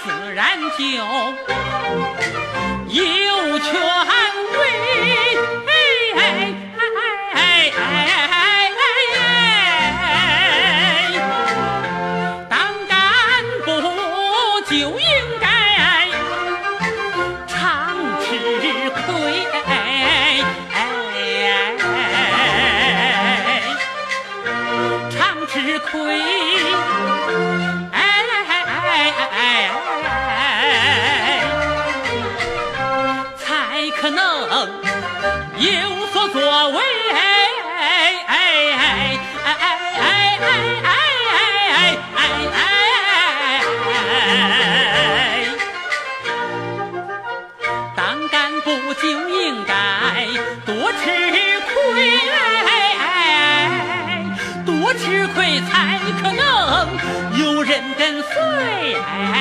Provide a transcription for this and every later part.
自然就有权威。当干部就应该常吃亏，常吃亏。才可能有所作为。当干部就应该多吃亏，多吃亏才可能有人跟随。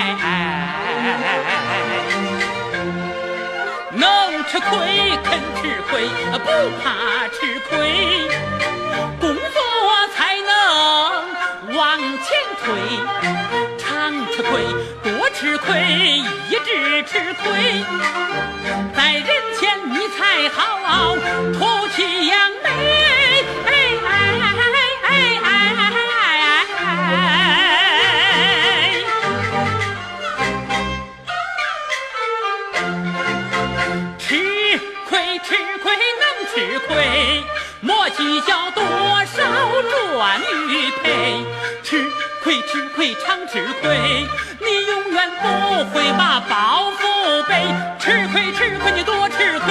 能吃亏肯吃亏，不怕吃亏，工作才能往前推。常吃亏，多吃亏，一直吃亏，在人前你才好吐气扬眉。吃亏能吃亏，莫计较多少赚与赔。吃亏常吃亏，你永远不会把包袱背。吃亏你多吃亏。